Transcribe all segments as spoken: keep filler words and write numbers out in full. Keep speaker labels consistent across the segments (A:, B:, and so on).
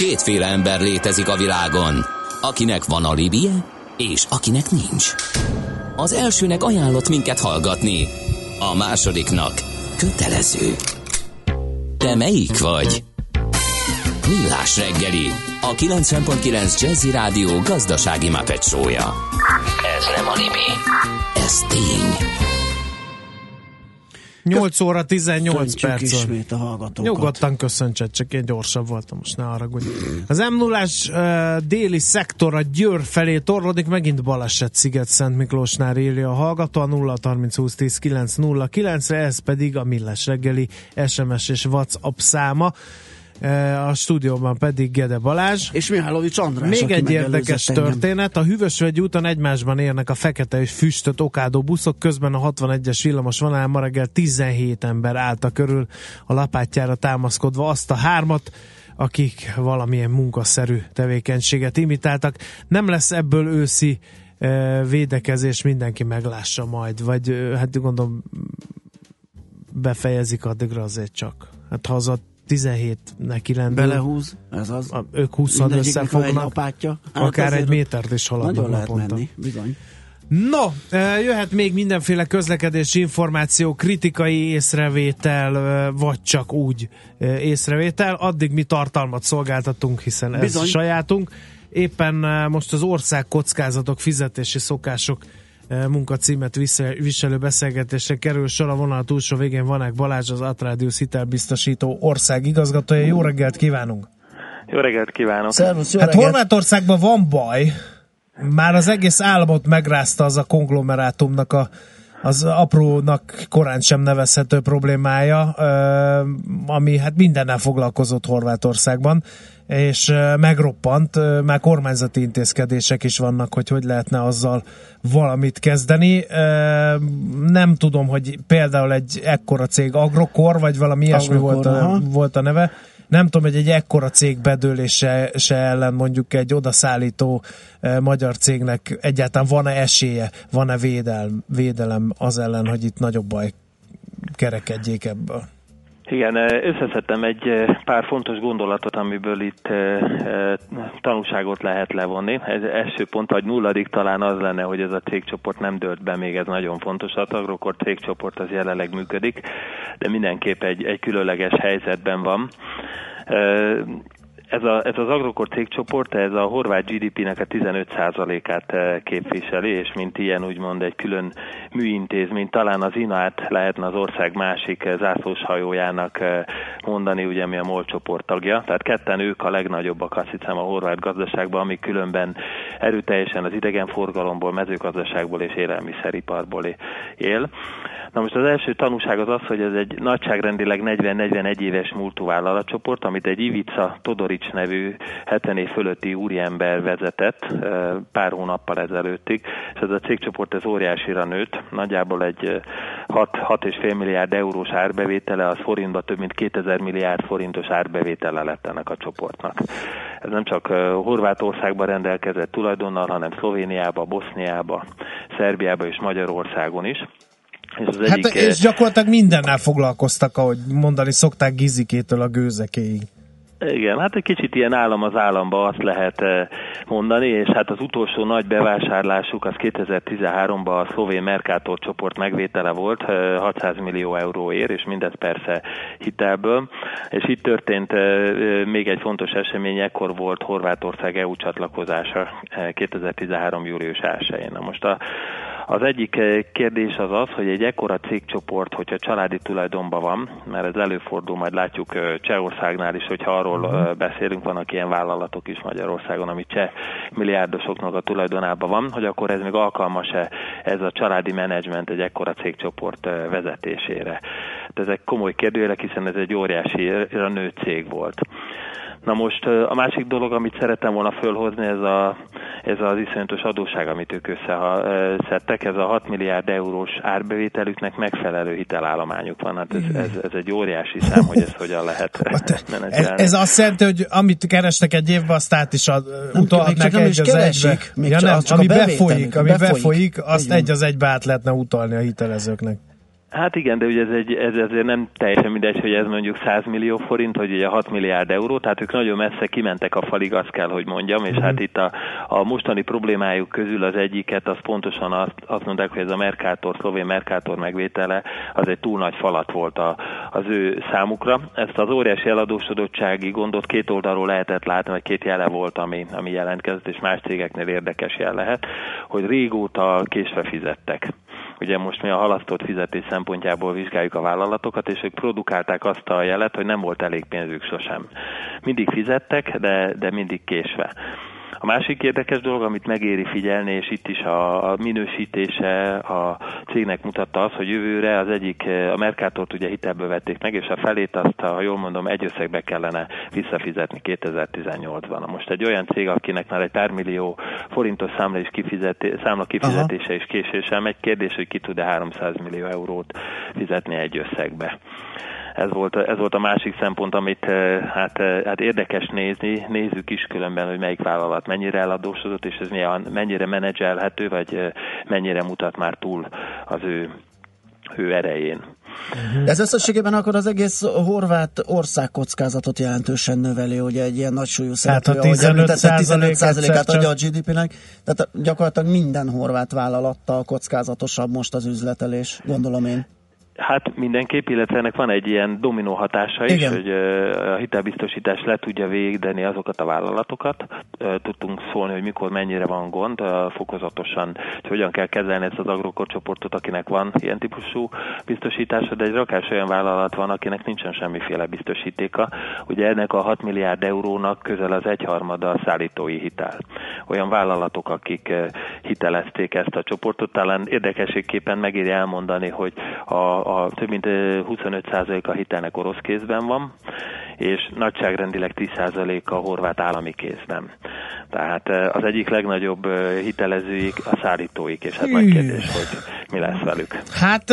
A: Kétféle ember létezik a világon, akinek van alibije, és akinek nincs. Az elsőnek ajánlott minket hallgatni, a másodiknak kötelező. Te melyik vagy? Millás reggeli, a kilencven pont kilenc Jazzy Rádió gazdasági Muppet show-ja. Ez nem anime, ez tény.
B: nyolc óra tizennyolc perc.
C: Ismét a hallgatókat.
B: Nyugodtan köszöntsed, csak én gyorsabb voltam, most ne haragudj. Az em nullás uh, déli szektor a Győr felé torlódik, megint baleset Sziget-Szent Miklósnál írja a hallgató, a nulla harminc húsz tíz kilenc nulla kilencre, ez pedig a Millás reggeli es em es és WhatsApp száma. A stúdióban pedig Gede Balázs.
C: És Mihálovics András.
B: Még egy érdekes történet. A Hűvösvölgyi úton egymásban érnek a fekete és füstöt okádó buszok, közben a hatvanegyes villamos vonalán ma reggel tizenhét ember állta körül a lapátjára támaszkodva azt a hármat, akik valamilyen munkaszerű tevékenységet imitáltak. Nem lesz ebből őszi eh, védekezés, mindenki meglássa majd, vagy eh, hát gondolom befejezik addigra azért csak. Hát ha az a tizenhét neki lendül.
C: Belehúz, ez az.
B: A, ők húszan összefognak.
C: Hát
B: akár egy métert is haladnak
C: nagyon lehet
B: naponta.
C: menni, bizony.
B: No, jöhet még mindenféle közlekedési információ, kritikai észrevétel, vagy csak úgy észrevétel. Addig mi tartalmat szolgáltatunk, hiszen ez bizony sajátunk. Éppen most az ország kockázatok, fizetési szokások munkacímet viselő beszélgetésre kerül sor. A vonal túlsó végén Vanák Balázs, az Atradius hitelbiztosító országigazgatója. Jó reggelt kívánunk!
D: Jó reggelt kívánok!
C: Szervusz, jó
B: hát
C: reggelt.
B: Horvátországban van baj, már az egész államot megrázta az a konglomerátumnak a, az aprónak korán sem nevezhető problémája, ami hát mindennel foglalkozott Horvátországban, és megroppant, már kormányzati intézkedések is vannak, hogy hogy lehetne azzal valamit kezdeni. Nem tudom, hogy például egy ekkora cég, Agrokor, vagy valami ilyesmi volt a, volt a neve, nem tudom, hogy egy ekkora cég bedőlése se ellen mondjuk egy odaszállító eh, magyar cégnek egyáltalán van-e esélye, van-e védelem, védelem az ellen, hogy itt nagyobb baj kerekedjék ebből?
D: Igen, összeszedtem egy pár fontos gondolatot, amiből itt tanúságot lehet levonni. Ez első pont, vagy nulladik talán az lenne, hogy ez a cégcsoport nem dőlt be, még ez nagyon fontos. Az Agrokor cégcsoport az jelenleg működik, de mindenképp egy, egy különleges helyzetben van. Ez, a, ez az Agrokor cégcsoport, ez a horvát gé dé pének a tizenöt százalékát képviseli, és mint ilyen úgymond egy külön műintézmény, talán az Inát lehetne az ország másik zászlós hajójának mondani, ugye, mi a MOL csoport tagja. Tehát ketten ők a legnagyobbak, azt hiszem, a horvát gazdaságban, amik különben erőteljesen az idegenforgalomból, mezőgazdaságból és élelmiszeriparból él. Na most az első tanúság az az, hogy ez egy nagyságrendileg negyven-negyvenegy éves múltú vállalatcsoport, amit egy Ivica Todorics nevű hetven év fölötti úriember vezetett pár hónappal ezelőttig, és ez a cégcsoport ez óriásira nőtt, nagyjából egy hat egész öt milliárd eurós árbevétele, az forintba több mint kétezer milliárd forintos árbevétele lett ennek a csoportnak. Ez nem csak Horvátországban rendelkezett tulajdonnal, hanem Szlovéniába, Boszniába, Szerbiába és Magyarországon is.
B: És, az hát egyik, és gyakorlatilag mindennel foglalkoztak, ahogy mondani szokták, Gizikétől a gőzekéig.
D: Igen, hát egy kicsit ilyen állam az államba, azt lehet mondani, és hát az utolsó nagy bevásárlásuk az kétezer-tizenháromban a szlovén Mercator csoport megvétele volt, hatszáz millió euróért, és mindez persze hitelből. És itt történt még egy fontos esemény, ekkor volt Horvátország é u csatlakozása kétezer-tizenhárom július elsején. Na most a Az egyik kérdés az az, hogy egy ekkora cégcsoport, hogyha családi tulajdonban van, mert ez előfordul, majd látjuk Csehországnál is, hogyha arról beszélünk, vannak ilyen vállalatok is Magyarországon, ami cseh milliárdosoknak a tulajdonában van, hogy akkor ez még alkalmas-e ez a családi menedzsment egy ekkora cégcsoport vezetésére. De ezek komoly kérdőjelek, hiszen ez egy óriási nő cég volt. Na most a másik dolog, amit szerettem volna fölhozni, ez, a, ez az iszonyatos adósság, amit ők összeszedtek, ez a hat milliárd eurós árbevételüknek megfelelő hitelállományuk van. Hát ez, ez, ez egy óriási szám, hogy ezt hogyan lehet menedzselni.
B: Ez azt jelenti, hogy amit keresnek egy évben, azt át is ad, utalhatnak egy az egybe. Ja, nem, ami befolyik, ami befolyik, azt egy az egybe át lehetne utalni a hitelezőknek.
D: Hát igen, de ugye ez, egy, ez azért nem teljesen mindegy, hogy ez mondjuk száz millió forint, hogy ugye hat milliárd euró, tehát ők nagyon messze kimentek a falig, azt kell, hogy mondjam, és mm. hát itt a, a mostani problémájuk közül az egyiket, az pontosan azt, azt mondták, hogy ez a Mercator, szlovén Mercator megvétele, az egy túl nagy falat volt a, az ő számukra. Ezt az óriási eladósodottsági gondot két oldalról lehetett látni, vagy két jele volt, ami, ami jelentkezett, és más cégeknél érdekes jel lehet, hogy régóta késve fizettek. Ugye most mi a halasztott fizetés szempontjából vizsgáljuk a vállalatokat, és ők produkálták azt a jelet, hogy nem volt elég pénzük sosem. Mindig fizettek, de, de mindig késve. A másik érdekes dolog, amit megéri figyelni, és itt is a, a minősítése a cégnek mutatta az, hogy jövőre az egyik, a Mercatort ugye hitelből vették meg, és a felét azt, ha jól mondom, egy összegbe kellene visszafizetni kétezer-tizennyolcban. Most egy olyan cég, akinek már egy pár millió forintos számla, is kifizeti, számla kifizetése Aha. és késéssel megy, kérdés, hogy ki tud-e háromszáz millió eurót fizetni egy összegbe. Ez volt, ez volt a másik szempont, amit hát, hát érdekes nézni, nézzük is különben, hogy melyik vállalat mennyire eladósodott, és ez mennyire menedzselhető, vagy mennyire mutat már túl az ő, ő erején.
C: Uh-huh. Ez összességében akkor az egész horvát országkockázatot jelentősen növeli, ugye egy ilyen nagy súlyú szereplő,
B: hát a tizenöt
C: százalékát adja a gé dé pé-nek, tehát gyakorlatilag minden horvát vállalattal kockázatosabb most az üzletelés, gondolom én.
D: Hát mindenképp, illetve ennek van egy ilyen dominó hatása is, Igen. hogy a hitelbiztosítás le tudja végigdeni azokat a vállalatokat. Tudtunk szólni, hogy mikor, mennyire van gond, fokozatosan, hogy hogyan kell kezelni ezt az Agrokor csoportot, akinek van ilyen típusú biztosítása, de egy rakás olyan vállalat van, akinek nincsen semmiféle biztosítéka. Ugye ennek a hat milliárd eurónak közel az egyharmada a szállítói hitel. Olyan vállalatok, akik hitelezték ezt a csoportot, talán érdekességképpen megéri elmondani, hogy a A több mint huszonöt százalék a hitelnek orosz kézben van, és nagyságrendileg tíz százalék a horvát állami kézben. Tehát az egyik legnagyobb hitelezőik a szállítóik, és hát nagy kérdés, hogy mi lesz velük.
B: Hát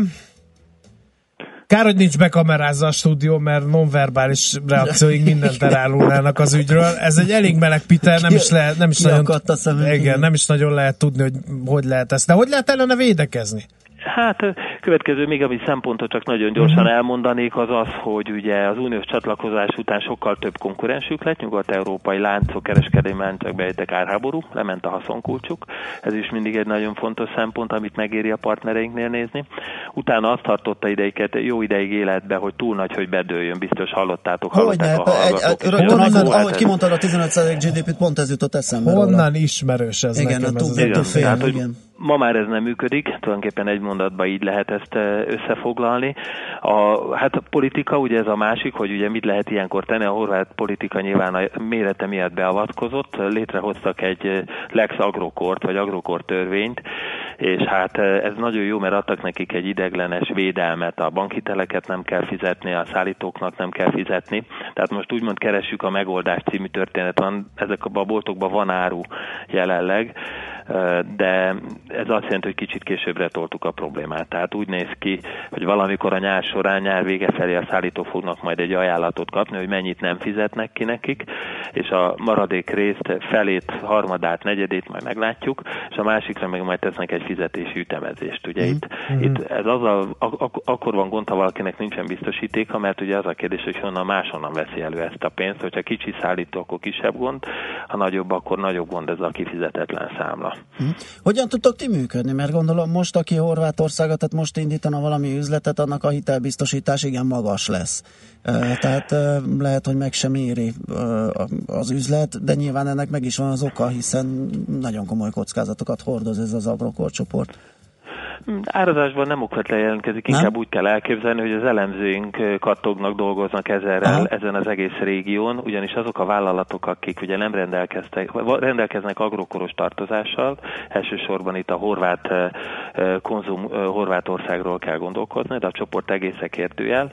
B: kár, hogy nincs bekamerázza a stúdió, mert nonverbális reakcióig mindent elárulnának az ügyről. Ez egy elég meleg Peter, nem is, lehet, nem is, nagyon, igen, nem is nagyon lehet tudni, hogy hogy lehet ezt. De hogy lehet ellene védekezni?
D: Hát következő még, ami szempontot csak nagyon gyorsan elmondanék, az az, hogy ugye az uniós csatlakozás után sokkal több konkurensük lett, nyugat-európai láncok, kereskedelmi láncok bejöttek árháború, lement a haszonkulcsuk. Ez is mindig egy nagyon fontos szempont, amit megéri a partnereinknél nézni. Utána azt tartotta ideiket jó ideig életbe, hogy túl nagy, hogy bedőljön, biztos hallottátok, hallották a hallgatók.
C: Ahogy kimondtad a tizenöt százalék gé dé pét, pont ez jutott eszembe.
B: Honnan ismerős ez
C: igen,
B: nekem?
C: A
B: ez
C: igen, fél,
D: tehát,
C: igen.
D: Ma már ez nem működik, tulajdonképpen egy mondatban így lehet ezt összefoglalni. A, hát a politika, ugye ez a másik, hogy ugye mit lehet ilyenkor tenni, a horvát politika nyilván a mérete miatt beavatkozott, létrehoztak egy Lex Agrokort, vagy Agrokor törvényt, és hát ez nagyon jó, mert adtak nekik egy ideglenes védelmet, a bankhiteleket nem kell fizetni, a szállítóknak nem kell fizetni, tehát most úgymond keressük a megoldást című történet van, ezekben a boltokban van áru jelenleg, de ez azt jelenti, hogy kicsit későbbre toltuk a problémát. Tehát úgy néz ki, hogy valamikor a nyár során, nyár vége felé a szállítók fognak majd egy ajánlatot kapni, hogy mennyit nem fizetnek ki nekik, és a maradék részt, felét, harmadát, negyedét majd meglátjuk, és a másikra meg majd tesznek egy fizetési ütemezést. Ugye mm. itt, mm. itt ez az a, ak- akkor van gond, ha valakinek nincsen biztosítéka, mert ugye az a kérdés, hogy honnan máshonnan veszi elő ezt a pénzt, hogyha kicsi szállító, akkor kisebb gond, ha nagyobb, akkor nagyobb gond ez a kifizetetlen számla.
C: Hm. Hogyan tudtok ti működni? Mert gondolom most, aki Horvátországot, tehát most indítana valami üzletet, annak a hitelbiztosítás igen magas lesz. Tehát lehet, hogy meg sem éri az üzlet, de nyilván ennek meg is van az oka, hiszen nagyon komoly kockázatokat hordoz ez az Agrokor csoport.
D: Árazásban nem okvetlen jelentkezik, inkább nem? Úgy kell elképzelni, hogy az elemzőink kattognak, dolgoznak ezerrel, ezen az egész régión, ugyanis azok a vállalatok, akik ugye nem rendelkeztek, rendelkeznek agrokoros tartozással, elsősorban itt a horvát konzum Horvátországról kell gondolkozni, de a csoport egésze kérdőjel.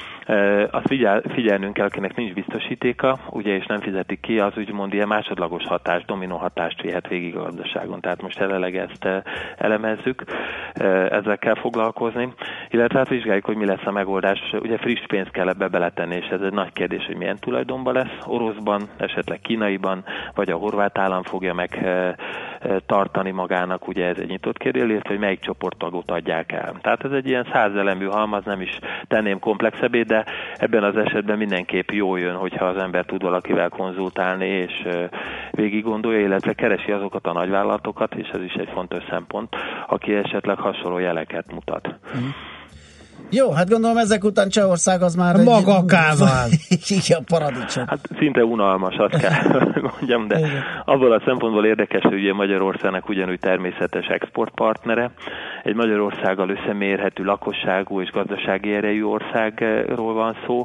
D: Azt figyel, figyelnünk kell, akinek nincs biztosítéka, ugye, és nem fizetik ki, az úgymond ilyen másodlagos hatás, dominó hatást vihet végig a gazdaságon. Tehát most jelenleg ezt elemezzük, ezzel kell foglalkozni, illetve hát vizsgáljuk, hogy mi lesz a megoldás. Ugye friss pénzt kell ebbe beletenni, és ez egy nagy kérdés, hogy milyen tulajdonban lesz, oroszban, esetleg kínaiban, vagy a horvát állam fogja meg tartani magának, ugye ez egy nyitott kérdés, illetve hogy melyik csoporttagot adják el. Tehát ez egy ilyen százelemű halmaz, nem is tenném komplexebbé, de ebben az esetben mindenképp jól jön, hogyha az ember tud valakivel konzultálni, és végig gondolja, illetve keresi azokat a nagyvállalatokat, és ez is egy fontos szempont, aki esetleg hasonló jeleket mutat. Mm.
C: Jó, hát gondolom ezek után Csehország az már
B: maga
C: egy...
B: Kálmán.
C: Igen, paradicsom.
D: Hát szinte unalmas, azt kell mondjam, de igen. Abból a szempontból érdekes, hogy ugye Magyarországnak ugyanúgy természetes exportpartnere, egy Magyarországgal összemérhető lakosságú és gazdasági erejű országról van szó,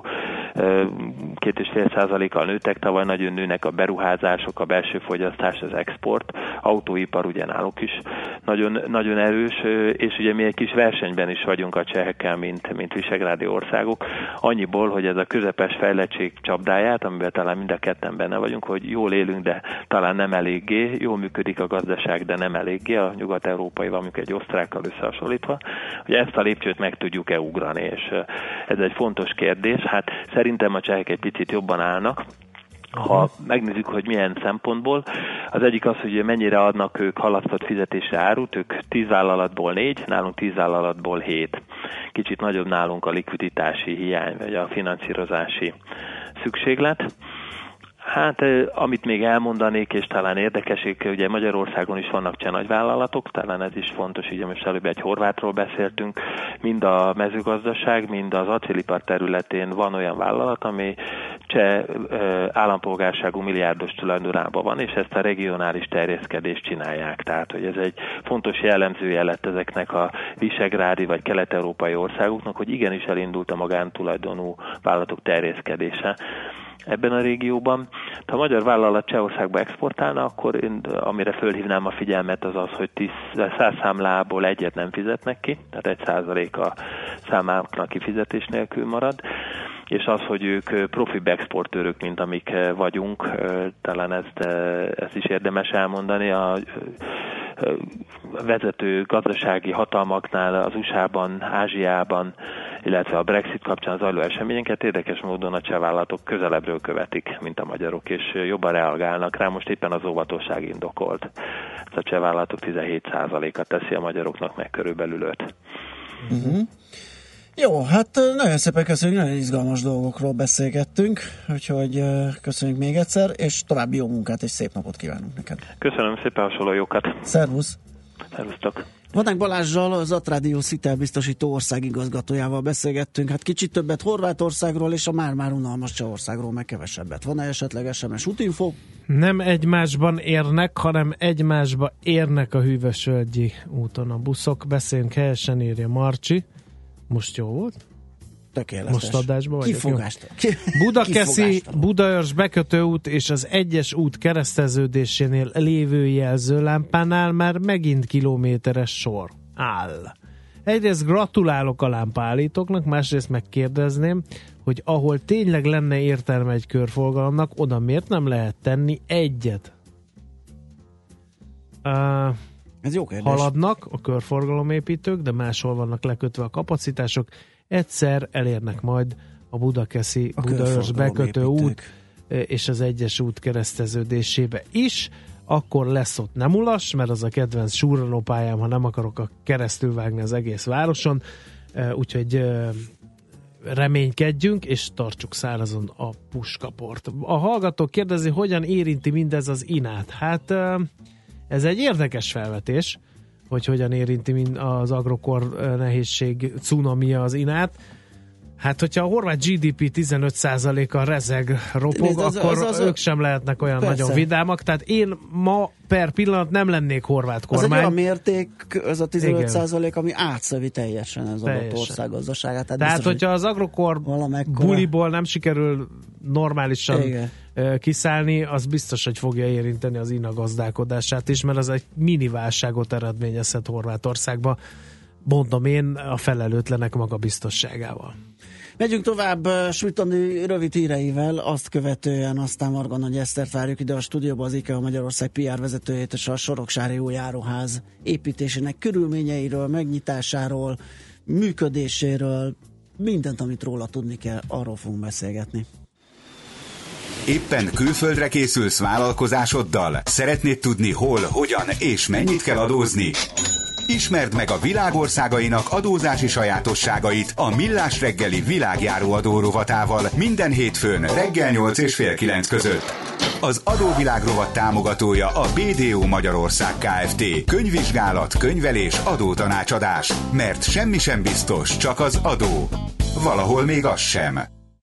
D: két és fél százalékkal nőttek, tavaly nagyon nőnek a beruházások, a belső fogyasztás, az export, autóipar ugye náluk is nagyon, nagyon erős, és ugye mi egy kis versenyben is vagyunk a csehekkel, mint, mint visegrádi országok, annyiból, hogy ez a közepes fejlettség csapdáját, amiben talán mind a ketten benne vagyunk, hogy jól élünk, de talán nem eléggé, jól működik a gazdaság, de nem eléggé, a nyugat-európai valamikor egy osztrákkal összehasonlítva, hogy ezt a lépcsőt meg tudjuk-e ugrani, és ez egy fontos kérdés. Hát szerintem a csehek egy picit jobban állnak, ha megnézzük, hogy milyen szempontból. Az egyik az, hogy mennyire adnak ők halasztott fizetésre árut, ők tíz vállalatból négy, nálunk tíz vállalatból hét. Kicsit nagyobb nálunk a likviditási hiány, vagy a finanszírozási szükséglet. Hát, amit még elmondanék, és talán érdekesek, ugye Magyarországon is vannak cseh nagyvállalatok, talán ez is fontos, így most előbb egy horvátról beszéltünk, mind a mezőgazdaság, mind az acélipar területén van olyan vállalat, ami cseh állampolgárságú milliárdos tulajdonában van, és ezt a regionális terjeszkedést csinálják. Tehát, hogy ez egy fontos jellemzője lett ezeknek a visegrádi vagy kelet-európai országoknak, hogy igenis elindult a magántulajdonú vállalatok terjeszkedése ebben a régióban. Ha a magyar vállalat Csehországba exportálna, akkor én, amire fölhívnám a figyelmet, az az, hogy száz számlából egyet nem fizetnek ki, tehát egy százalék a számáknak kifizetés nélkül marad, és az, hogy ők profibb exportőrök, mint amik vagyunk, talán ezt, ezt is érdemes elmondani, a vezető gazdasági hatalmaknál az u es á-ban, Ázsiában, illetve a Brexit kapcsán zajló eseményeket érdekes módon a cseh vállalatok közelebbről követik, mint a magyarok, és jobban reagálnak rá. Most éppen az óvatosság indokolt. Ez a cseh vállalatok tizenhét százaléka teszi, a magyaroknak meg körülbelül öt.
C: Uh-huh. Jó, hát nagyon szépen köszönjük, nagyon izgalmas dolgokról beszélgettünk, úgyhogy köszönjük még egyszer, és további jó munkát és szép napot kívánunk neked.
D: Köszönöm szépen, hasonló jókat.
C: Szervusz!
D: Szervusztok!
C: Vanák Balázssal, az Atrádió hitelbiztosító országigazgatójával beszélgettünk, hát kicsit többet Horvátországról és a már-már unalmas Csehországról, meg kevesebbet. Van-e esetleg es em es útinfo?
B: Nem egymásban érnek, hanem egymásba érnek a Hűvösvölgyi úton a buszok. Beszéljünk helyesen, írja Marcsi. Most jó volt?
C: Tökéletes.
B: Most adásban vagyok.
C: Kifogást.
B: Budakeszi, Budaörs bekötőút és az egyes út kereszteződésénél lévő jelzőlámpánál már megint kilométeres sor áll. Egyrészt gratulálok a lámpaállítóknak, másrészt megkérdezném, hogy ahol tényleg lenne értelme egy körforgalomnak, oda miért nem lehet tenni egyet? Uh,
C: Ez jó kérdés.
B: Haladnak a körforgalomépítők, de máshol vannak lekötve a kapacitások. Egyszer elérnek majd a Budakeszi Budaörs bekötő út és az egyes út kereszteződésébe is. Akkor lesz ott nem ulas, mert az a kedvenc súrolópályám, ha nem akarok a keresztül vágni az egész városon. Úgyhogy reménykedjünk, és tartsuk szárazon a puskaport. A hallgató kérdezi, hogyan érinti mindez az inát. Hát ez egy érdekes felvetés, hogy hogyan érinti az agrokor nehézség cunamia az inát. Hát, hogyha a horvát gé dé pé tizenöt százaléka rezeg, ropog, az, akkor az, az, ők sem lehetnek olyan persze. nagyon vidámak. Tehát én ma per pillanat nem lennék horvát kormány.
C: Az egy olyan mérték, az a tizenöt százalék, ami átszövi teljesen az teljesen. adott ország gazdaságát. Tehát,
B: Tehát
C: biztos,
B: hogyha az agrokor buliból nem sikerül normálisan igen. kiszállni, az biztos, hogy fogja érinteni az ina gazdálkodását is, mert az egy mini válságot eredményezhet Horvátországba. Mondom én, a felelőtlenek magabiztosságával.
C: Megyünk tovább Schmidt-Andi rövid híreivel, azt követően aztán Marga Nagy Esztert várjuk ide a stúdióba, az IKEA Magyarország pé er vezetőjét, és a Soroksári új járóház építésének körülményeiről, megnyitásáról, működéséről, mindent, amit róla tudni kell, arról fogunk beszélgetni.
E: Éppen külföldre készülsz vállalkozásoddal? Szeretnéd tudni hol, hogyan és mennyit kell adózni? Ismerd meg a világországainak adózási sajátosságait a Millás reggeli világjáró adó rovatával minden hétfőn reggel nyolc és fél kilenc között. Az adóvilág rovat támogatója a bé dé o Magyarország Kft. Könyvvizsgálat, könyvelés, adótanácsadás. Mert semmi sem biztos, csak az adó. Valahol még az sem.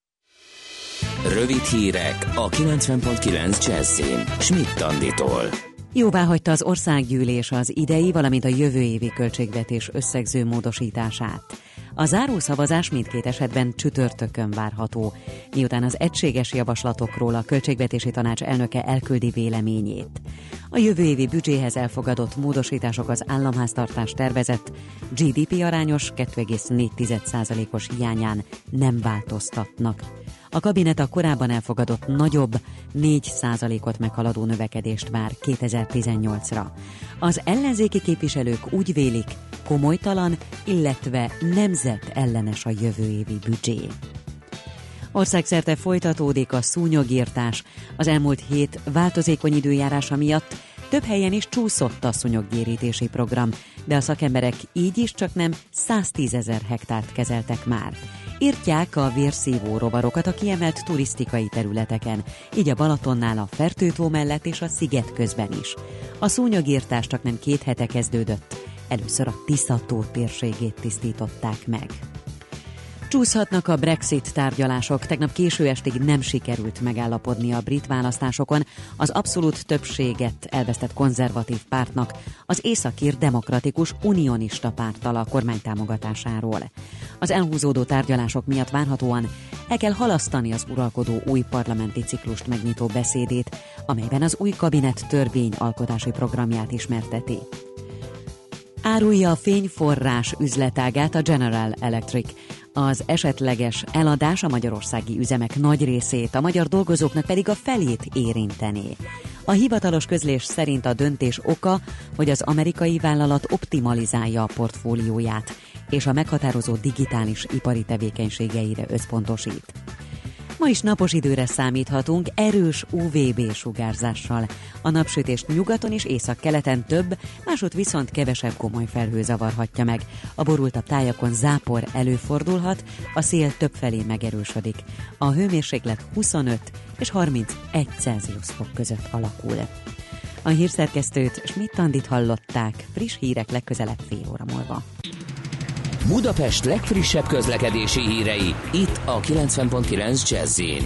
A: Rövid hírek a kilencven pont kilenc Jazzin Schmidt Anditól.
F: Jóváhagyta az országgyűlés az idei, valamint a jövő évi költségvetés összegző módosítását. A zárószavazás mindkét esetben csütörtökön várható, miután az egységes javaslatokról a Költségvetési Tanács elnöke elküldi véleményét. A jövő évi büdzséhez elfogadott módosítások az államháztartás tervezett gé dé pé arányos két egész négy százalékos hiányán nem változtatnak. A kabinet a korábban elfogadott nagyobb, négy százalékot meghaladó növekedést vár kétezer-tizennyolcra. Az ellenzéki képviselők úgy vélik, komolytalan, illetve nemzetellenes a jövő évi büdzsé. Országszerte folytatódik a szúnyogírtás. Az elmúlt hét változékony időjárása miatt több helyen is csúszott a szúnyoggyérítési program, de a szakemberek így is csak nem száztízezer hektárt kezeltek már. Írtják a vérszívó rovarokat a kiemelt turisztikai területeken, így a Balatonnál, a Fertőtó mellett és a sziget közben is. A szúnyogírtás csak nem két hete kezdődött, először a Tisza-tó térségét tisztították meg. Csúszhatnak a Brexit tárgyalások. Tegnap késő estig nem sikerült megállapodni a brit választásokon az abszolút többséget elvesztett konzervatív pártnak, az északír demokratikus unionista párttal a kormány támogatásáról. Az elhúzódó tárgyalások miatt várhatóan el kell halasztani az uralkodó új parlamenti ciklust megnyitó beszédét, amelyben az új kabinet törvényalkotási programját ismerteti. Árulja a fényforrás üzletágát a General Electric. Az esetleges eladás a magyarországi üzemek nagy részét, a magyar dolgozóknak pedig a felét érintené. A hivatalos közlés szerint a döntés oka, hogy az amerikai vállalat optimalizálja a portfólióját, és a meghatározó digitális ipari tevékenységeire összpontosít. Ma is napos időre számíthatunk, erős u vé bé sugárzással. A napsütést nyugaton és északkeleten több, másút viszont kevesebb komoly felhő zavarhatja meg. A borultabb tájakon zápor előfordulhat, a szél többfelé megerősödik. A hőmérséklet huszonöt és harmincegy Celsius fok között alakul. A hírszerkesztőt, Schmidt Andit hallották, friss hírek legközelebb fél óra múlva.
A: Budapest legfrissebb közlekedési hírei, itt a kilencven pont kilenc Jazz-in.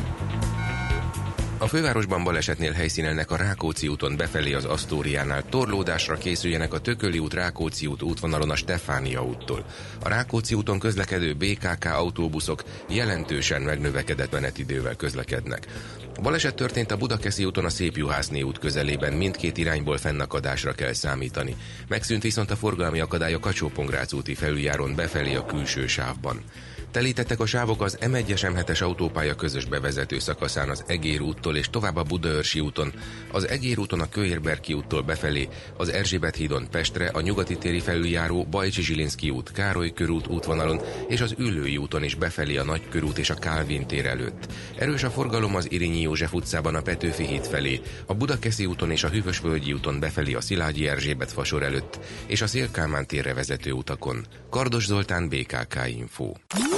G: A fővárosban balesetnél helyszínelnek a Rákóczi úton befelé az Asztóriánál. Torlódásra készüljenek a Tököli út Rákóczi út útvonalon a Stefánia úttól. A Rákóczi úton közlekedő bé ká ká autóbuszok jelentősen megnövekedett menetidővel közlekednek. A baleset történt a Budakeszi úton a Szépjuhászné út közelében, mindkét irányból fennakadásra kell számítani. Megszűnt viszont a forgalmi akadály a Kacsó-Pongrác úti felüljáron befelé a külső sávban. Telítettek a sávok az em egyes em hetes autópálya közös bevezető szakaszán az Egér úttól és tovább a Budaörsi úton, az Egér úton a Kőérberki úttól befelé, az Erzsébet hídon Pestre, a Nyugati téri felüljáró Bajcsi-Zsilinszky út, Károly körút útvonalon és az Üllői úton is befelé a Nagykörút és a Kálvin tér előtt. Erős a forgalom az Irényi József utcában a Petőfi híd felé, a Budakeszi úton és a Hűvösvölgyi úton befelé a Szilágyi Erzsébet fasor előtt és a Széll-Kálmán térre vezető utakon. Kardos Zoltán, bé ká ká Info.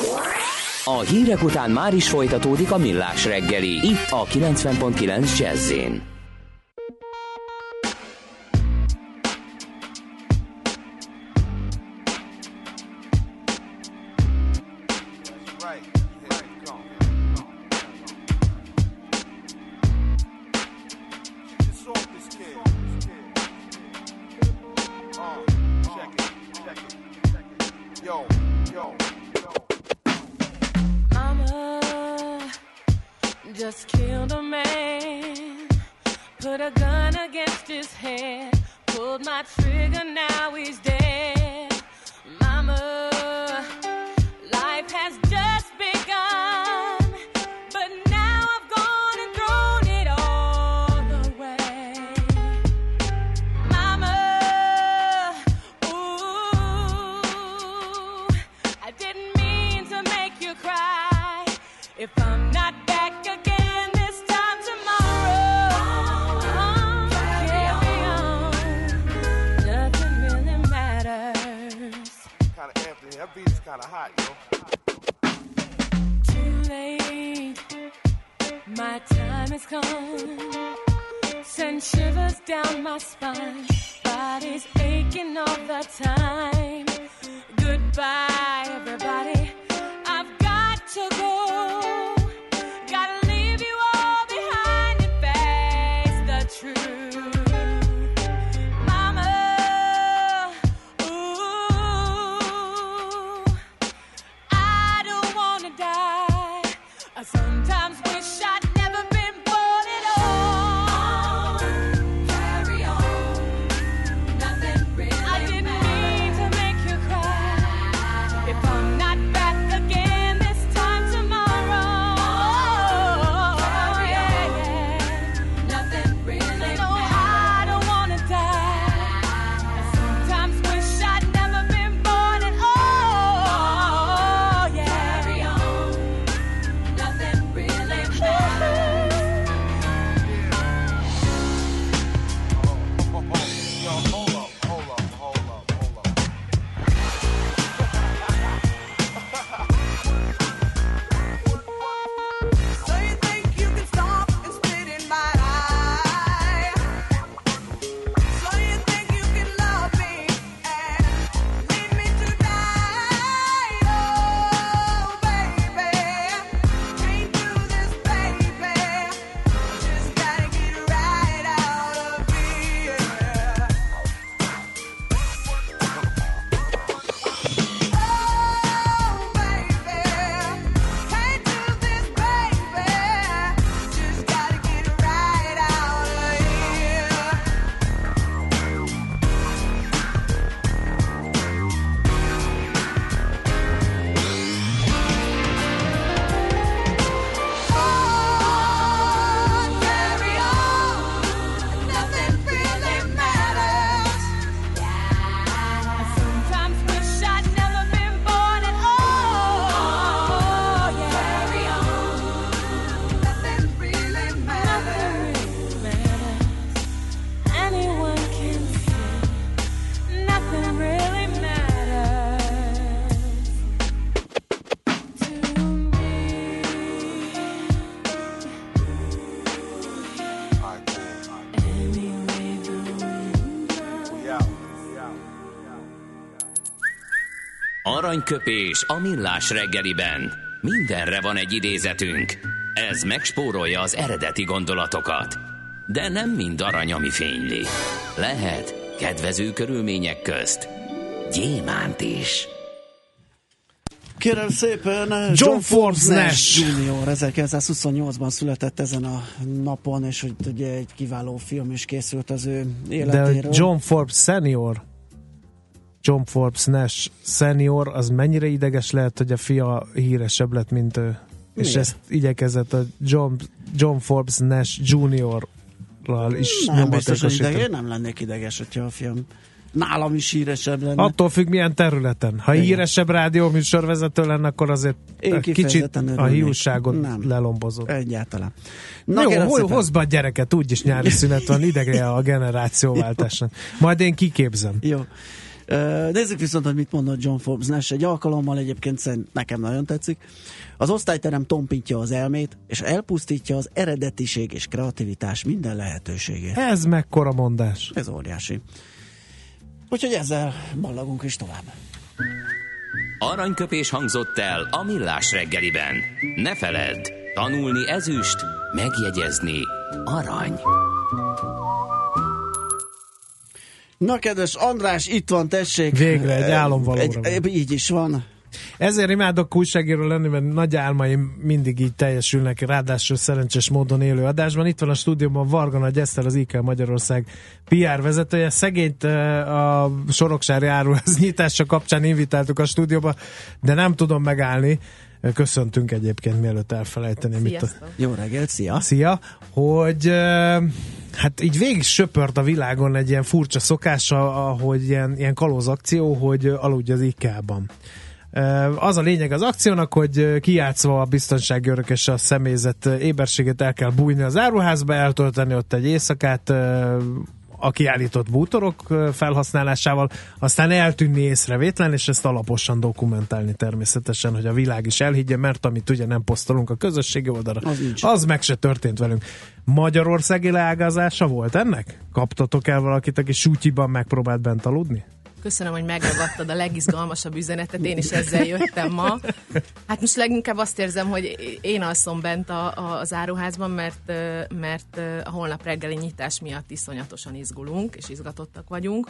A: A hírek után már is folytatódik a Millás reggeli, itt a kilencven pont kilenc Jazz-in.
H: Just killed a man, put a gun against his head, pulled my trigger, now he's dead. Mama, life has just begun, but now I've gone and thrown it all away. Mama, ooh, I didn't mean to make you cry. If I'm not back again this time tomorrow,
I: kinda hot, yo.
H: Too late, my time has come. Send shivers down my spine. Body's aching all the time. Goodbye, everybody. I've got to go. Gotta leave you all behind and face the truth. Mama, ooh, I don't wanna die. I sometimes wish I'd never been born at all. Carry on, nothing really I didn't matters. Mean to make you cry. If I'm not back again this time tomorrow, carry on, nothing really no, matters. I don't wanna die. I sometimes wish I'd never been born at all. Yeah. Carry on, nothing really matters.
I: Yo, hold up, hold up, hold up, hold up.
J: So you think you can stop and spit in my eye? So you think you can love me and leave me to die? Oh, baby, can't do this, baby. Just gotta get right out of here. Oh, baby, can't do this, baby. Just gotta get right out of here. Oh, carry on, nothing really matters.
H: I sometimes wish I'd never been born at all. Yeah. Carry on,
J: Nothing really matters.
H: nothing matters. Anyone can see. Nothing really matters to me.
I: All right, cool.
H: Anyway, the wind blows.
I: We out. We out.
A: Aranyköpés a millás reggeliben. Mindenre van egy idézetünk. Ez megspórolja az eredeti gondolatokat. De nem mind arany, ami fényli. Lehet kedvező körülmények közt gyémánt is.
C: Kérem szépen, John,
B: John
C: Forbes
B: Forbes
C: Nash
B: Nash
C: junior ezerkilencszázhuszonnyolcban született ezen a napon, és hogy ugye egy kiváló film is készült az ő
B: De
C: életéről.
B: John Forbes senior, John Forbes Nash senior, az mennyire ideges lehet, hogy a fia híresebb lett, mint ő. És
C: Miért?
B: ezt igyekezett a John, John Forbes Nash juniorral is
C: Nem biztos, hogy
B: nyomatékosítani.
C: ideges. Én nem lennék ideges, hogyha a film nálam is híresebb lenne.
B: Attól függ, milyen területen. Ha
C: Igen.
B: híresebb rádióműsorvezető lenne, akkor azért
C: Én
B: kicsit
C: kifejezetten
B: a
C: örülnék.
B: hiúságot
C: Nem.
B: lelombozott.
C: Egyáltalán.
B: Na jó,
C: kérem
B: hol,
C: szépen.
B: hozd be a gyereket, úgyis nyári szünet van, idegre a generációváltásnak. Majd én kiképzem.
C: Jó. Ö, Nézzük viszont, hogy mit mondott John Forbes Nash. Egy alkalommal egyébként szerint nekem nagyon tetszik. Az osztályterem tompítja az elmét, és elpusztítja az eredetiség és kreativitás minden lehetőségét.
B: Ez mekkora mondás.
C: Ez óriási. Úgyhogy ezzel ballagunk is tovább.
A: Aranyköpés hangzott el a millás reggeliben. Ne feledd, tanulni ezüst, megjegyezni arany.
C: Na, kedves András, itt van, tessék.
B: Végre egy álomvalóra
C: Egy,
B: van.
C: egy, így is van.
B: Ezért imádok újságíró lenni, mert nagy álmaim mindig így teljesülnek, ráadásul szerencsés módon élő adásban. Itt van a stúdióban Varga Nagy Eszter, az i ká Magyarország pé er vezetője. Szegényt a Soroksári áruház nyitása kapcsán invitáltuk a stúdióba, de nem tudom megállni. Köszöntünk egyébként, mielőtt elfelejteném. Itt a...
C: Jó reggelt, szia!
B: Szia! Hogy hát így végig söpört a világon egy ilyen furcsa szokása, ahogy ilyen, ilyen kalóz akció, hogy aludj az i ká-ban. Az a lényeg az akciónak, hogy kijátszva a biztonsági örök és a személyzet éberségét el kell bújni az áruházba, eltölteni ott egy éjszakát, a kiállított bútorok ö, felhasználásával, aztán eltűnni észrevétlen, és ezt alaposan dokumentálni természetesen, hogy a világ is elhiggye, mert amit ugye nem posztolunk a közösségi oldalra,
C: Az nincs.
B: az meg se történt velünk. Magyarországi leágazása volt ennek? Kaptatok el valakit, aki sútyiban megpróbált bent aludni?
K: Köszönöm, hogy megragadtad a legizgalmasabb üzenetet, én is ezzel jöttem ma. Hát most leginkább azt érzem, hogy én alszom bent a, a, az áruházban, mert, ö, mert ö, a holnap reggeli nyitás miatt iszonyatosan izgulunk, és izgatottak vagyunk,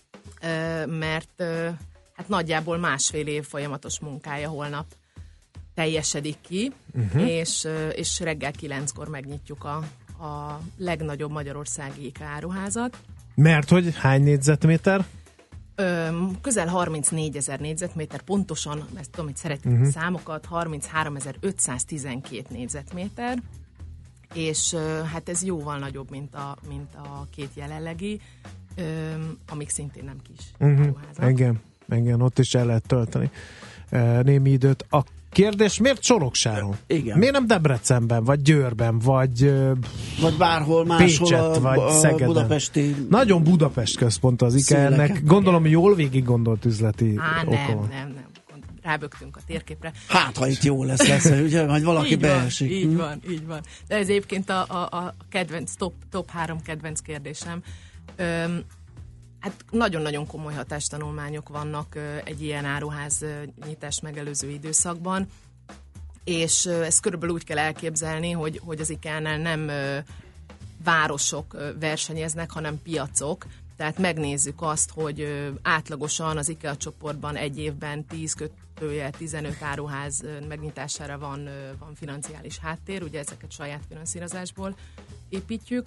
K: Ö, mert ö, hát nagyjából másfél év folyamatos munkája holnap teljesedik ki, uh-huh. és, ö, és reggel kilenckor megnyitjuk a, a legnagyobb magyarországi IKEA áruházat.
B: Mert hogy hány négyzetméter?
K: Ö, közel harmincnégyezer négyzetméter, pontosan, ezt tudom, hogy szeretik
B: Mhm.
K: uh-huh. számokat, harmincháromezer-ötszáztizenkét négyzetméter, és ö, hát ez jóval nagyobb, mint a, mint a két jelenlegi, ö, amik szintén nem kis
B: Uh-huh.
K: áruházak.
B: Igen, igen, ott is el lehet tölteni uh, némi időt. A kérdés, miért Soroksáron?
C: Igen.
B: Miért nem Debrecenben, vagy Győrben, vagy uh,
C: Vagy bárhol máshol
B: Pécset,
C: a,
B: vagy
C: a
B: Szegeden?
C: budapesti...
B: Nagyon Budapest központ az IKEA-nek.
C: Széleken.
B: Gondolom, hogy jól végig gondolt üzleti
K: Á,
B: oka
K: nem,
B: van.
K: nem, nem. Rábögtünk a térképre.
C: Hát, ha itt jó lesz, lesz ugye, vagy valaki
K: így van,
C: beesik.
K: így
C: Hm?
K: van, így van. De ez egyébként a, a, a kedvenc, top, top három kedvenc kérdésem. Öm, hát nagyon-nagyon komoly hatástanulmányok vannak ö, egy ilyen áruház ö, nyitás megelőző időszakban, és ö, ezt körülbelül úgy kell elképzelni, hogy, hogy az IKEA-nál nem ö, városok ö, versenyeznek, hanem piacok. Tehát megnézzük azt, hogy ö, átlagosan az IKEA csoportban egy évben tíz kötője tizenöt áruház ö, megnyitására van, ö, van financiális háttér, ugye ezeket saját finanszírozásból építjük,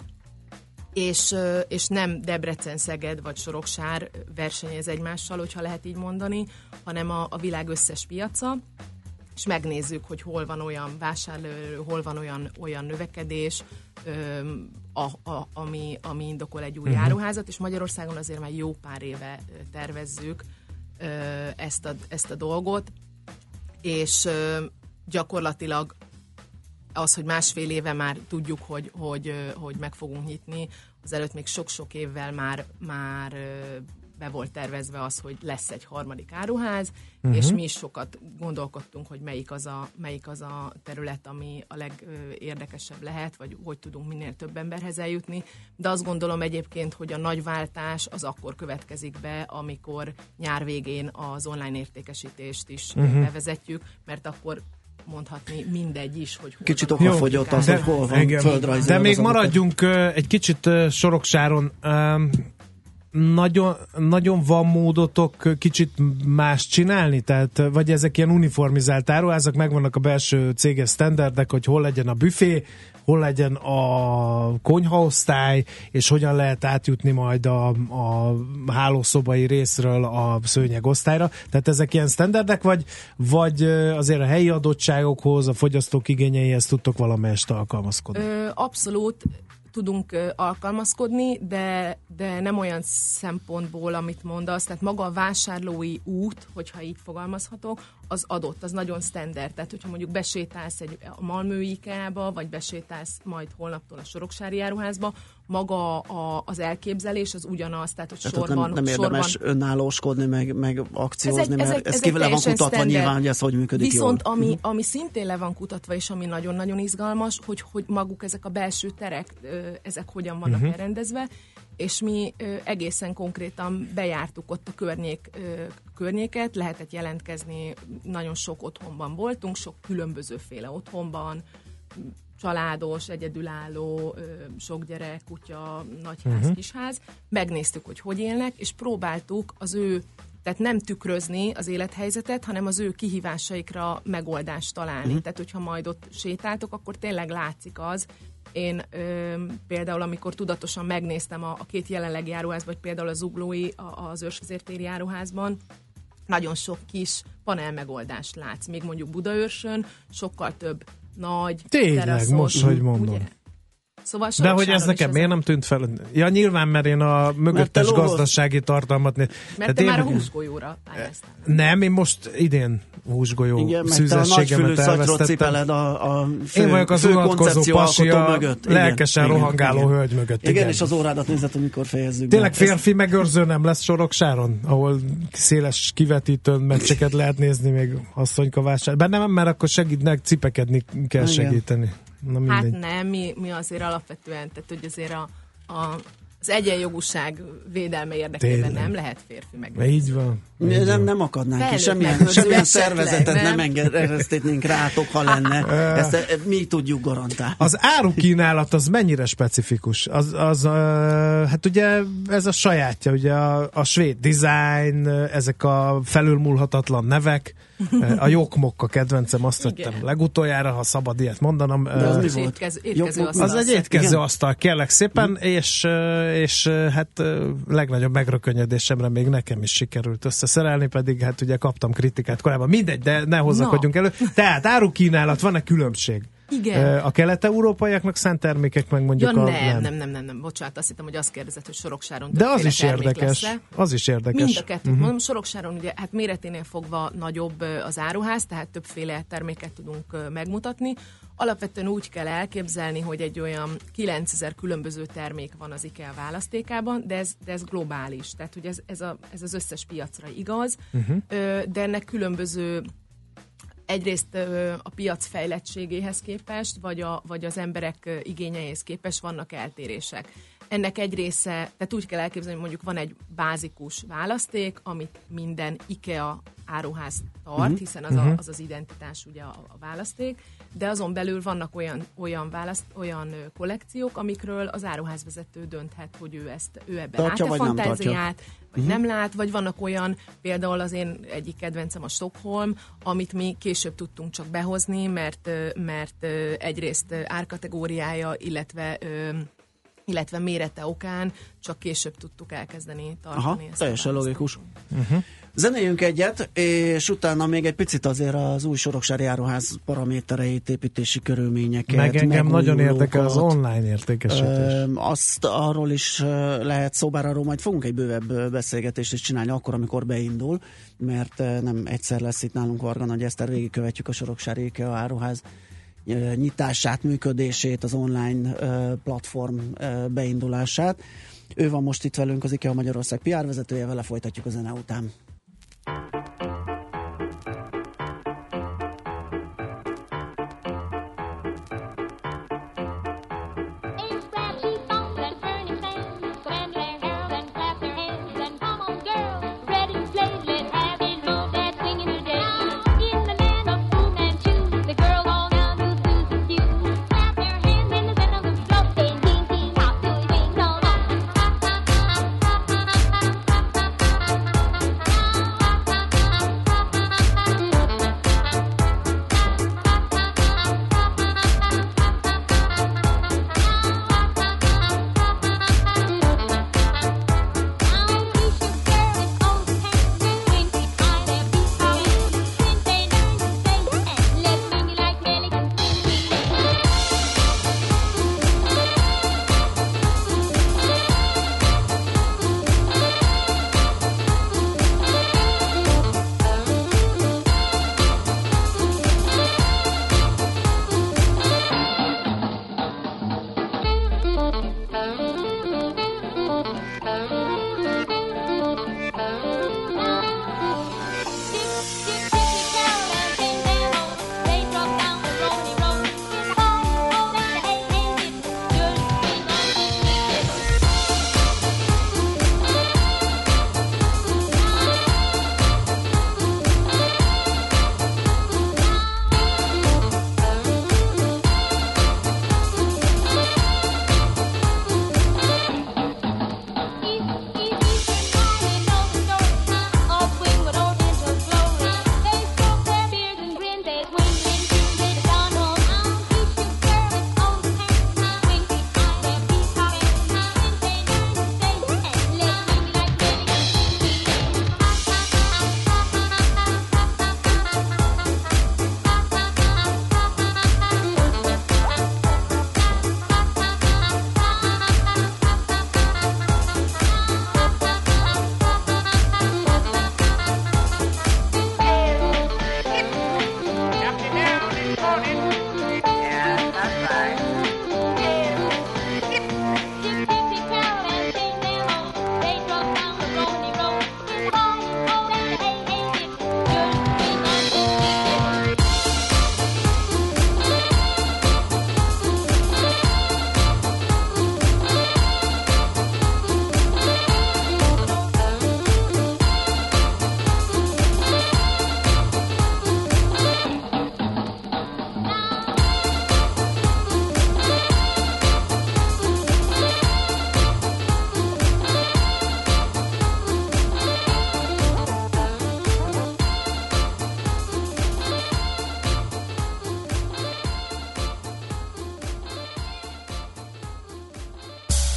K: és, ö, és nem Debrecen, Szeged vagy Soroksár versenyez egymással, hogyha lehet így mondani, hanem a, a világ összes piaca, és megnézzük, hogy hol van olyan vásárló, hol van olyan, olyan növekedés, öm, a, a, ami, ami indokol egy új
B: Mhm.
K: áruházat, és Magyarországon azért már jó pár éve ö, tervezzük ö, ezt, a, ezt a dolgot, és ö, gyakorlatilag az, hogy másfél éve már tudjuk, hogy, hogy, ö, hogy meg fogunk nyitni, az előtt még sok-sok évvel már, már ö, be volt tervezve az, hogy lesz egy harmadik áruház,
B: Mhm.
K: uh-huh. és mi is sokat gondolkodtunk, hogy melyik az a, melyik az a terület, ami a legérdekesebb lehet, vagy hogy tudunk minél több emberhez eljutni. De azt gondolom egyébként, hogy a nagy váltás az akkor következik be, amikor nyár végén az online értékesítést is
B: Mhm.
K: uh-huh. bevezetjük, mert akkor mondhatni mindegy is, hogy hol
C: Kicsit
K: van a
C: okafogyott az,
K: de-
C: hogy hol van
B: Igen.
C: földrajzilag.
B: De még
C: az adokat.
B: maradjunk ö, egy kicsit ö, Soroksáron. Öm, Nagyon, nagyon van módotok ö, kicsit más csinálni? Tehát, ö, vagy ezek ilyen uniformizált áruházak, megvannak a belső céges standardek, hogy hol legyen a büfé, hol legyen a konyhaosztály, és hogyan lehet átjutni majd a, a hálószobai részről a szőnyegosztályra. Tehát ezek ilyen standardek, vagy, vagy ö, azért a helyi adottságokhoz, a fogyasztók igényeihez tudtok valamelyest alkalmazkodni?
K: Ö, abszolút tudunk ö, alkalmazkodni, de, de nem olyan szempontból, amit mondasz, tehát maga a vásárlói út, hogyha így fogalmazhatok, az adott, az nagyon standard. Tehát, hogyha mondjuk besétálsz egy a Malmö IKEA-ba, vagy besétálsz majd holnaptól a Soroksári áruházba, maga a, az elképzelés az ugyanaz, tehát, hogy
C: Tehát ott
K: sorban...
C: nem, nem érdemes
K: sorban
C: önállóskodni, meg, meg akciózni,
K: Ez egy- ez
C: mert
K: egy-
C: ez
K: ez
C: ki
K: egy
C: le van
K: teljesen
C: kutatva
K: standard.
C: nyilván, hogy ez hogy működik
K: Viszont
C: jól.
K: ami, ami szintén le van kutatva, és ami nagyon-nagyon izgalmas, hogy, hogy maguk ezek a belső terek, ö, ezek hogyan vannak
B: Mhm.
K: uh-huh. elrendezve, és mi ö, egészen konkrétan bejártuk ott a környék, ö, környéket, lehetett jelentkezni, nagyon sok otthonban voltunk, sok különbözőféle otthonban, családos, egyedülálló, ö, sok gyerek, kutya, nagyház,
B: Mhm.
K: uh-huh. kisház. Megnéztük, hogy hogy élnek, és próbáltuk az ő, tehát nem tükrözni az élethelyzetet, hanem az ő kihívásaikra megoldást találni.
B: Mhm.
K: Tehát, hogyha majd ott sétáltok, akkor tényleg látszik az. Én ö, például, amikor tudatosan megnéztem a, a két jelenlegi áruház, vagy például a Zuglói, a, az Őrsvezértéri áruházban, nagyon sok kis panel megoldást látsz. Még mondjuk Budaörsön sokkal több nagy
B: Tényleg,
K: teraszos,
B: most, hogy mondom.
K: ugye? Szóval
B: De hogy ez
K: Soroksáron
B: nekem
K: is
B: miért nem tűnt fel? Ja, nyilván, mert én a mögöttes
C: lóhoz-
B: gazdasági tartalmat... né-
K: Mert
B: Tehát
K: te
B: én
K: már a
B: meg-
K: húsgolyóra pályáztál.
B: Nem, én most idén húsgolyó
C: Igen, meg te a nagyfülű
B: szűzességemet
C: szatyrot
B: elvesztettem.
C: cipeled a, a fő,
B: Én vagyok az
C: fő
B: unatkozó
C: koncepció
B: pasi
C: alkotó
B: a
C: mögött. Igen,
B: lelkesen
C: igen,
B: rohangáló
C: igen.
B: hölgy mögött.
C: Igen,
B: Igen.
C: és az órádat nézett, hogy mikor fejezzük
B: Tényleg
C: be.
B: férfi megőrző nem lesz Soroksáron, ahol széles kivetítőn meccseket lehet nézni még asszonyka vásár. Bár nem, mert akkor segítnek, cipekedni kell
C: Igen.
B: segíteni. Na
K: Hát
B: mindegy.
K: nem, mi, mi azért alapvetően, tehát hogy azért a, a, az egyenjogúság védelme érdekében
B: Tényleg.
K: nem lehet férfi meg.
B: Így van.
C: Mi
B: Így
C: nem,
B: van.
C: nem akadnánk ki,
K: Felnőtt
C: semmilyen,
K: megőrző
C: semmilyen
K: esetleg,
C: szervezetet nem,
K: nem?
C: nem engedhetnénk rátok, ha lenne. Ezt eh, mi tudjuk garantálni.
B: Az árukínálat az mennyire specifikus? Az, az uh, hát ugye ez a sajátja, ugye a, a svéd design, ezek a felülmúlhatatlan nevek, a Jokmok a kedvencem, azt vettem
K: Igen.
B: legutoljára, ha szabad ilyet mondanom.
C: De az
B: Uh,
C: mi
K: És
C: volt?
K: étkező, étkező
C: Jobb-
K: asztal.
B: Az egy étkező
C: Igen.
B: asztal, kérlek szépen, és, uh, és uh, hát uh, legnagyobb megrökönyödésemre még nekem is sikerült összeszerelni, pedig hát ugye kaptam kritikát korábban. Mindegy, de ne hozzakodjunk elő. Tehát árukínálat, van-e különbség?
K: Igen.
B: Uh, A kelet-európaiaknak szánt termékek, meg mondjuk
K: Ja,
B: a...
K: nem, nem, nem, nem, nem, bocsánat, azt hittem, hogy azt kérdezett, hogy Soroksáron
B: De az
K: többféle
B: is
K: termék
B: érdekes.
K: lesz-e.
B: Az is érdekes.
K: Mind a kettőt uh-huh. mondom, Soroksáron ugye hát méreténél fogva nagyobb ö, az áruház, tehát többféle terméket tudunk ö, megmutatni. Alapvetően úgy kell elképzelni, hogy egy olyan kilencezer különböző termék van az IKEA választékában, de ez, de ez globális, tehát hogy ez, ez, a, ez az összes piacra igaz, uh-huh. ö, de ennek különböző egyrészt ö, a piac fejlettségéhez képest, vagy, a, vagy az emberek ö, igényeihez képest vannak eltérések. Ennek egy része, tehát úgy kell elképzelni, hogy mondjuk van egy bázikus választék, amit minden IKEA áruház tart, uh-huh. hiszen az, a, az az identitás ugye a, a választék, de azon belül vannak olyan, olyan, választ, olyan ö, kollekciók, amikről az áruházvezető dönthet, hogy ő, ezt, ő ebben
C: Tartja,
K: lát-e
C: vagy nem
K: fantáziát, vagy uh-huh. nem lát, vagy vannak olyan, például az én egyik kedvencem a Stockholm, amit mi később tudtunk csak behozni, mert, ö, mert ö, egyrészt ö, árkategóriája, illetve ö, illetve mérete okán csak később tudtuk elkezdeni tartani.
C: Aha,
K: ezt a
C: teljesen
K: választást.
C: logikus. Uh-huh. Zenéljünk egyet, és utána még egy picit azért az új Soroksári Áruház paramétereit, építési körülményeket,
B: Meg engem nagyon érdekel az
C: megújulókat.
B: online értékesítés.
C: Ö, azt arról is ö, lehet szó, bár arról majd fogunk egy bővebb ö, beszélgetést is csinálni akkor, amikor beindul, mert ö, nem egyszer lesz itt nálunk Varga Nagy Eszter, végigkövetjük a Soroksári IKEA Áruház ö, nyitását, működését, az online ö, platform ö, beindulását. Ő van most itt velünk, az IKEA Magyarország pé er vezetője, vele folytatjuk a zene után.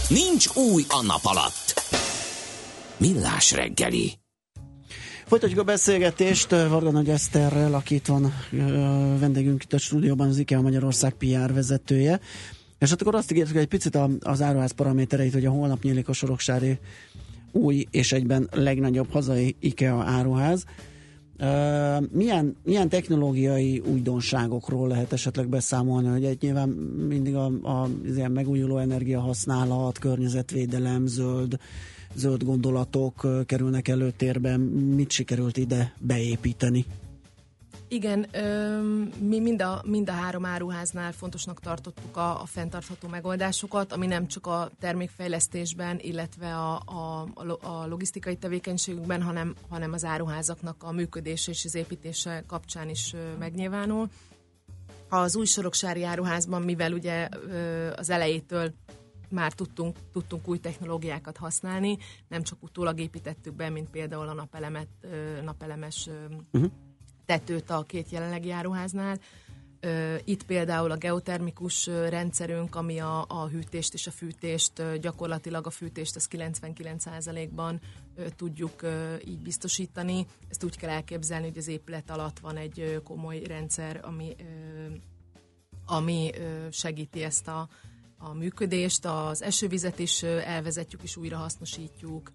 A: Nincs új a nap alatt. Millás reggeli.
C: Folytatjuk a beszélgetést Varga Nagy Eszterrel, aki itt van vendégünk itt a stúdióban, az IKEA Magyarország pé er vezetője. És hát akkor azt ígértük egy picit az áruház paramétereit, hogy a holnap nyílik a soroksári új és egyben legnagyobb hazai IKEA áruház. Uh, milyen, milyen technológiai újdonságokról lehet esetleg beszámolni, hogy egy nyilván mindig a, a, az ilyen megújuló energiahasználat, környezetvédelem, zöld, zöld gondolatok uh, kerülnek előtérben. Mit sikerült ide beépíteni?
K: Igen, ö, mi mind a, mind a három áruháznál fontosnak tartottuk a, a fenntartható megoldásokat, ami nem csak a termékfejlesztésben, illetve a, a, a logisztikai tevékenységükben, hanem, hanem az áruházaknak a működése és az építése kapcsán is ö, megnyilvánul. Az új soroksári áruházban, mivel ugye ö, az elejétől már tudtunk, tudtunk új technológiákat használni, nem csak utólag építettük be, mint például a napelemet, ö, napelemes ö, uh-huh. tetőt a két jelenlegi áruháznál. Itt például a geotermikus rendszerünk, ami a, a hűtést és a fűtést, gyakorlatilag a fűtést az kilencvenkilenc százalékban tudjuk így biztosítani. Ezt úgy kell elképzelni, hogy az épület alatt van egy komoly rendszer, ami, ami segíti ezt a, a működést. Az esővizet is elvezetjük és újra hasznosítjuk.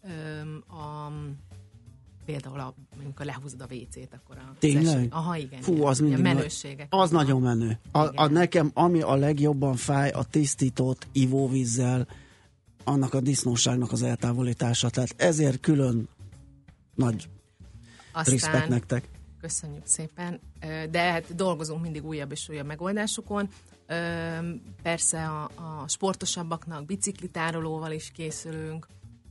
K: A Például, a, amikor lehúzod a vécét, akkor a...
C: Tényleg?
K: Aha, igen.
C: Fú,
K: igen.
C: az mindig
K: menőségek.
C: Az nagyon menő. A, a nekem, ami a legjobban fáj, a tisztított ivóvízzel, annak a disznóságnak az eltávolítása. Tehát ezért külön nagy respekt nektek.
K: Köszönjük szépen. De hát dolgozunk mindig újabb és újabb megoldásokon. Persze a, a sportosabbaknak biciklitárolóval is készülünk.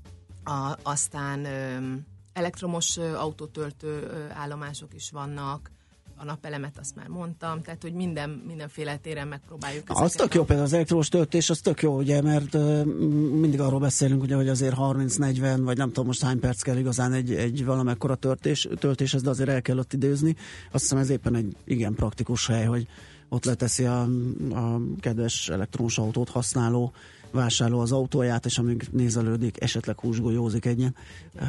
K: A, aztán... elektromos autótöltő állomások is vannak, a napelemet azt már mondtam, tehát hogy minden, mindenféle téren megpróbáljuk ezeket.
C: Az tök jó, például az elektromos töltés, az tök jó, ugye, mert uh, mindig arról beszélünk, ugye, hogy azért harminc-negyven, vagy nem tudom most hány perc kell igazán egy, egy valamekkora töltés, töltéshez, de azért el kell ott időzni. Azt hiszem ez éppen egy igen praktikus hely, hogy ott leteszi a, a kedves elektromos autót használó vásárló az autóját, és amíg nézelődik, esetleg húsgolyózik egyen.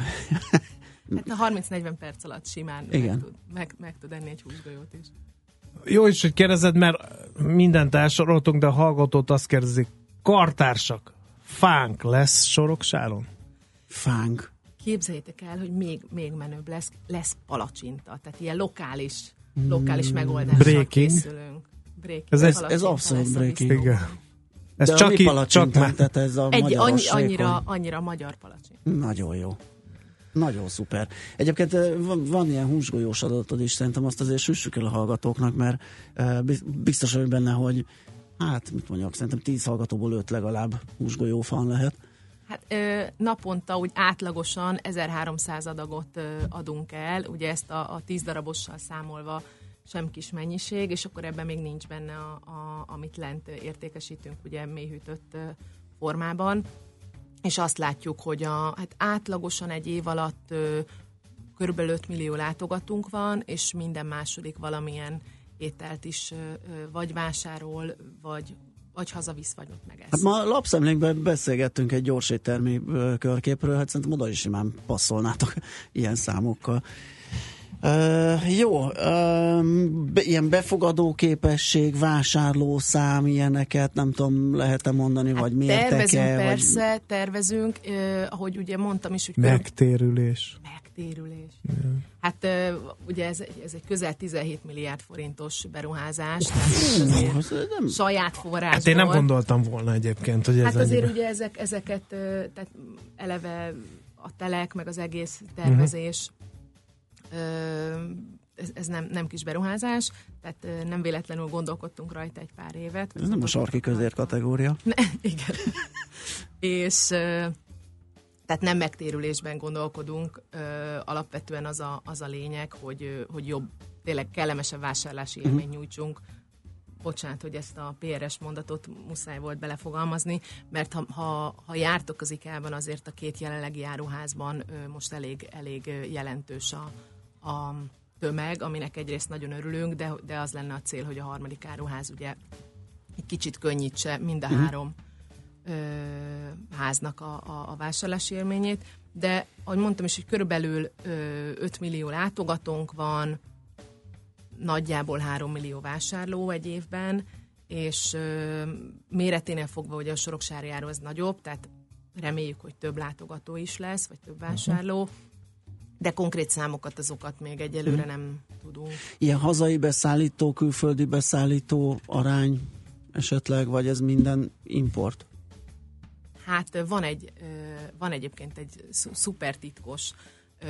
K: Hát a harminc-negyven perc alatt simán meg tud, meg, meg tud enni egy húsgolyót is.
B: Jó is, hogy kérdezed, mert mindent elsoroltunk, de a hallgatót azt kérdezik, kartársak, fánk lesz Soroksáron?
C: Fánk.
K: Képzeljétek el, hogy még, még menőbb lesz, lesz palacsinta, tehát ilyen lokális, lokális megoldással készülünk. Breaking.
C: Ez, ez, ez abszolút breaking.
B: Igen. Ez
C: de
B: csak,
C: ki, csak
B: már.
C: Tehát ez a
K: Egy, annyi, annyira, annyira magyar palacsinta.
C: Nagyon jó. Nagyon szuper. Egyébként van, van ilyen húsgolyós adatod is, szerintem azt azért süssük el a hallgatóknak, mert biztos vagyok benne, hogy hát, mit mondjak, szerintem tíz hallgatóból öt legalább húsgolyó fan lehet.
K: Hát ö, naponta úgy átlagosan ezerháromszáz adagot ö, adunk el, ugye ezt a, a tíz darabossal számolva sem kis mennyiség, és akkor ebben még nincs benne, a, a, amit lent értékesítünk, ugye mélyhűtött ö, formában. És azt látjuk, hogy a, hát átlagosan egy év alatt ö, körülbelül öt millió látogatunk van, és minden második valamilyen ételt is ö, ö, vagy vásárol, vagy, vagy hazavisz, vagy ott megesz.
C: Hát ma lapszemlénkben beszélgettünk egy gyors éttermi ö, körképről, hát szerintem oda is simán passzolnátok ilyen számokkal. Uh, jó, uh, be, ilyen befogadó képesség, vásárlószám, ilyeneket nem tudom, lehet-e mondani, hát vagy mértek-e?
K: Tervezünk,
C: vagy...
K: persze, tervezünk, uh, ahogy ugye mondtam is, hogy...
B: Megtérülés.
K: Megtérülés. Yeah. Hát uh, ugye ez, ez egy közel tizenhét milliárd forintos beruházás, tehát azért nem... saját forrásból.
B: Hát én nem gondoltam volna egyébként, hogy ez
K: Hát azért
B: ennyibe.
K: ugye ezek, ezeket, uh, tehát eleve a telek, meg az egész tervezés, uh-huh. Ez, ez nem, nem kis beruházás, tehát nem véletlenül gondolkodtunk rajta egy pár évet.
C: Ez nem a sarki közér kategória.
K: Ne, igen. És tehát nem megtérülésben gondolkodunk, alapvetően az a, az a lényeg, hogy, hogy jobb, tényleg kellemesebb vásárlási élmény uh-huh. nyújtsunk. Bocsánat, hogy ezt a pé er es mondatot muszáj volt belefogalmazni, mert ha, ha, ha jártok az IKEA-ban, azért a két jelenlegi áruházban most elég, elég jelentős a, a tömeg, aminek egyrészt nagyon örülünk, de, de az lenne a cél, hogy a harmadik áruház ugye egy kicsit könnyítse mind a uh-huh. három ö, háznak a, a, a vásárlási élményét, de ahogy mondtam is, hogy körülbelül ö, öt millió látogatónk van, nagyjából három millió vásárló egy évben, és ö, méreténél fogva ugye a Soroksári áru az nagyobb, tehát reméljük, hogy több látogató is lesz, vagy több vásárló, de konkrét számokat, azokat még egyelőre nem tudunk.
C: Ilyen hazai beszállító, külföldi beszállító arány esetleg, vagy ez minden import?
K: Hát van egy, ö, van egyébként egy szu- szuper titkos ö,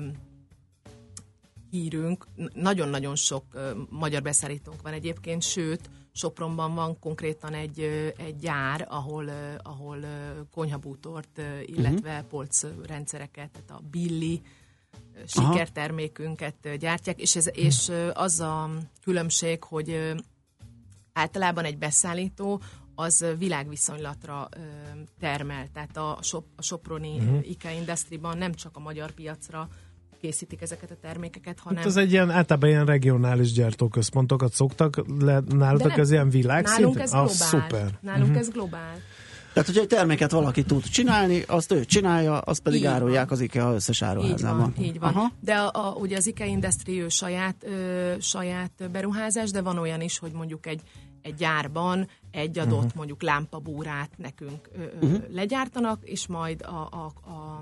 K: hírünk, N- nagyon-nagyon sok ö, magyar beszállítónk van egyébként, sőt, Sopronban van konkrétan egy, ö, egy gyár, ahol, ö, ahol ö, konyhabútort, ö, illetve uh-huh. polcrendszereket, tehát a Billi ö, sikertermékünket ö, gyártják, és, ez, és ö, az a különbség, hogy ö, általában egy beszállító az világviszonylatra ö, termel, tehát a, shop, a soproni uh-huh. IKEA Industry-ban nem csak a magyar piacra készítik ezeket a termékeket, hanem...
B: Hát ez egy ilyen, általában ilyen regionális gyártóközpontokat szoktak, le, nálatok
K: nem,
B: ez ilyen világszint?
K: Nálunk ez globál.
B: Ah, szuper.
K: Nálunk
B: uh-huh.
K: ez globál.
C: Tehát, hogyha egy terméket valaki tud csinálni, azt ő csinálja, azt pedig
K: Így
C: árulják
K: van.
C: az IKEA összes
K: Így
C: áruházában.
K: van, így van.
C: Aha.
K: De a, a, ugye az IKEA Industry ő saját, ö, saját beruházás, de van olyan is, hogy mondjuk egy, egy gyárban egy adott uh-huh. mondjuk lámpabúrát nekünk ö, ö, uh-huh. legyártanak, és majd a, a, a,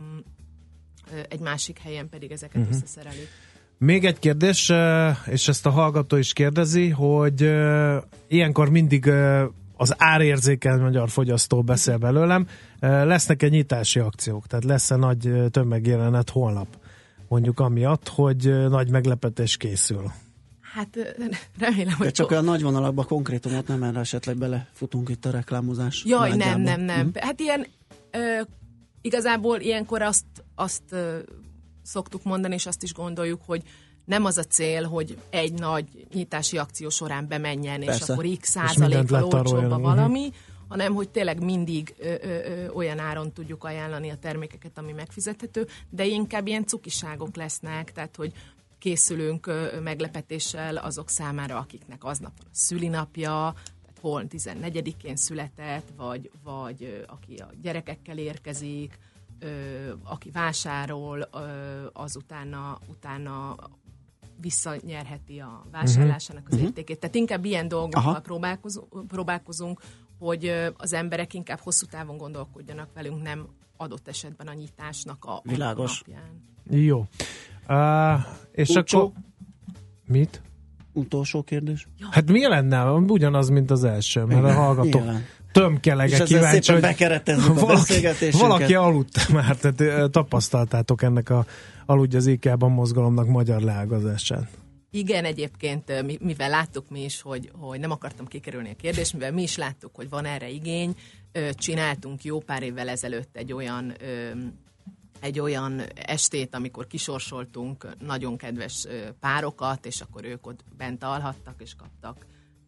K: ö, egy másik helyen pedig ezeket uh-huh. összeszerelik.
B: Még egy kérdés, és ezt a hallgató is kérdezi, hogy ilyenkor mindig az árérzékeny magyar fogyasztó beszél belőlem. Lesznek-e nyitási akciók? Tehát lesz-e nagy tömegjelenet holnap? Mondjuk amiatt, hogy nagy meglepetés készül.
K: Hát remélem, hogy...
C: De csak olyan nagy vonalakban konkrétumot nem, erre esetleg belefutunk itt a reklámozás.
K: Jaj,
C: nagyjából.
K: nem, nem, nem.
C: Uh-huh.
K: Hát ilyen, ö, igazából ilyenkor azt, azt ö, szoktuk mondani, és azt is gondoljuk, hogy nem az a cél, hogy egy nagy nyitási akció során bemenjen,
C: Persze.
K: és akkor x százalékkal olcsóbb
B: arról,
K: valami, uh-huh. hanem hogy tényleg mindig ö, ö, ö, olyan áron tudjuk ajánlani a termékeket, ami megfizethető, de inkább ilyen cukiságok lesznek, tehát hogy készülünk ö, meglepetéssel azok számára, akiknek aznap van a szülinapja, tehát hol tizennegyedikén született, vagy, vagy ö, aki a gyerekekkel érkezik, ö, aki vásárol, ö, az utána, utána visszanyerheti a vásárlásának az
C: uh-huh.
K: értékét. Tehát inkább ilyen dolgokkal próbálkozunk, próbálkozunk, hogy az emberek inkább hosszú távon gondolkodjanak velünk, nem adott esetben a nyitásnak a
C: Világos.
K: napján.
B: Jó. Uh, és
C: Utcsó.
B: akkor... Mit?
C: Utolsó kérdés.
B: Hát mi lenne? Ugyanaz, mint az első, mert a hallgató
C: Nyilván.
B: tömkelege
C: És ezzel
B: kíváncsi,
C: szépen
B: hogy
C: bekeretezzük a
B: valaki,
C: beszélgetésünket.
B: valaki aludt már, tehát tapasztaltátok ennek a aludj az IKEA-ban mozgalomnak magyar leágazását.
K: Igen, egyébként, mivel láttuk mi is, hogy, hogy nem akartam kikerülni a kérdést, mivel mi is láttuk, hogy van erre igény, csináltunk jó pár évvel ezelőtt egy olyan, egy olyan estét, amikor kisorsoltunk nagyon kedves párokat, és akkor ők ott bent alhattak, és kaptak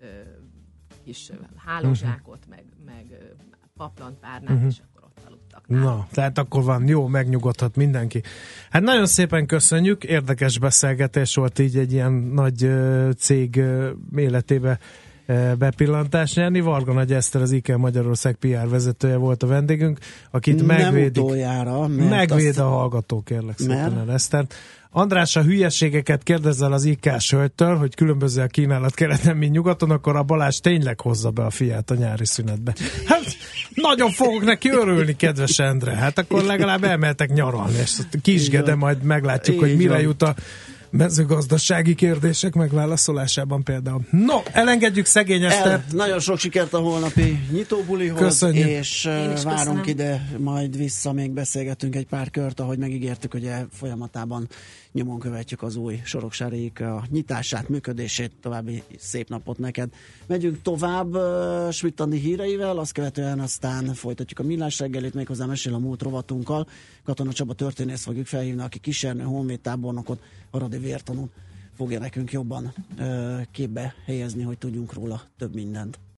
K: kis hálózsákot, meg, meg paplantpárnát, uh-huh. és akkor ott aludtak.
B: Na, tehát akkor van, jó, megnyugodhat mindenki. Hát nagyon szépen köszönjük, érdekes beszélgetés volt így egy ilyen nagy uh, cég uh, életébe uh, bepillantást nyerni. Varga Nagy Eszter, az IKEA Magyarország pé er vezetője volt a vendégünk, akit megvédik.
C: Nem utoljára,
B: Megvéd
C: azt...
B: a hallgató, kérlek szépen
C: Mert?
B: el Esztert. András, a hülyeségeket kérdezzel az IKEA-s hölgytől, hogy különböző a kínálat keleten, mint nyugaton, akkor a Balázs tényleg hozza be a fiát a nyári szünetbe. Hát nagyon fogok neki örülni, kedves Endre. Hát akkor legalább elmehetek nyaralni, és kisgede majd meglátjuk,
C: Így
B: hogy mire
C: van.
B: jut a mezőgazdasági kérdések megválaszolásában például. No, elengedjük szegény Esztert.
C: El, nagyon sok sikert a holnapi nyitóbulihoz,
B: Köszönjük.
C: és
K: Én
C: uh,
K: is
C: várunk
K: köszönöm.
C: ide, majd vissza még beszélgetünk egy pár kört, ahogy megígértük, hogy e folyamatában nyomon követjük az új Soroksári IKEA nyitását, működését. További szép napot neked. Megyünk tovább uh, Schmidt-Andi híreivel, azt követően aztán folytatjuk a millás reggelit, méghozzá mesél a múlt rovatunkkal. Katona Csaba történész fogjuk felhívni, aki Kisernő honvéd tábornokot, Aradi vértanú fogja nekünk jobban uh, képbe helyezni, hogy tudjunk róla több mindent.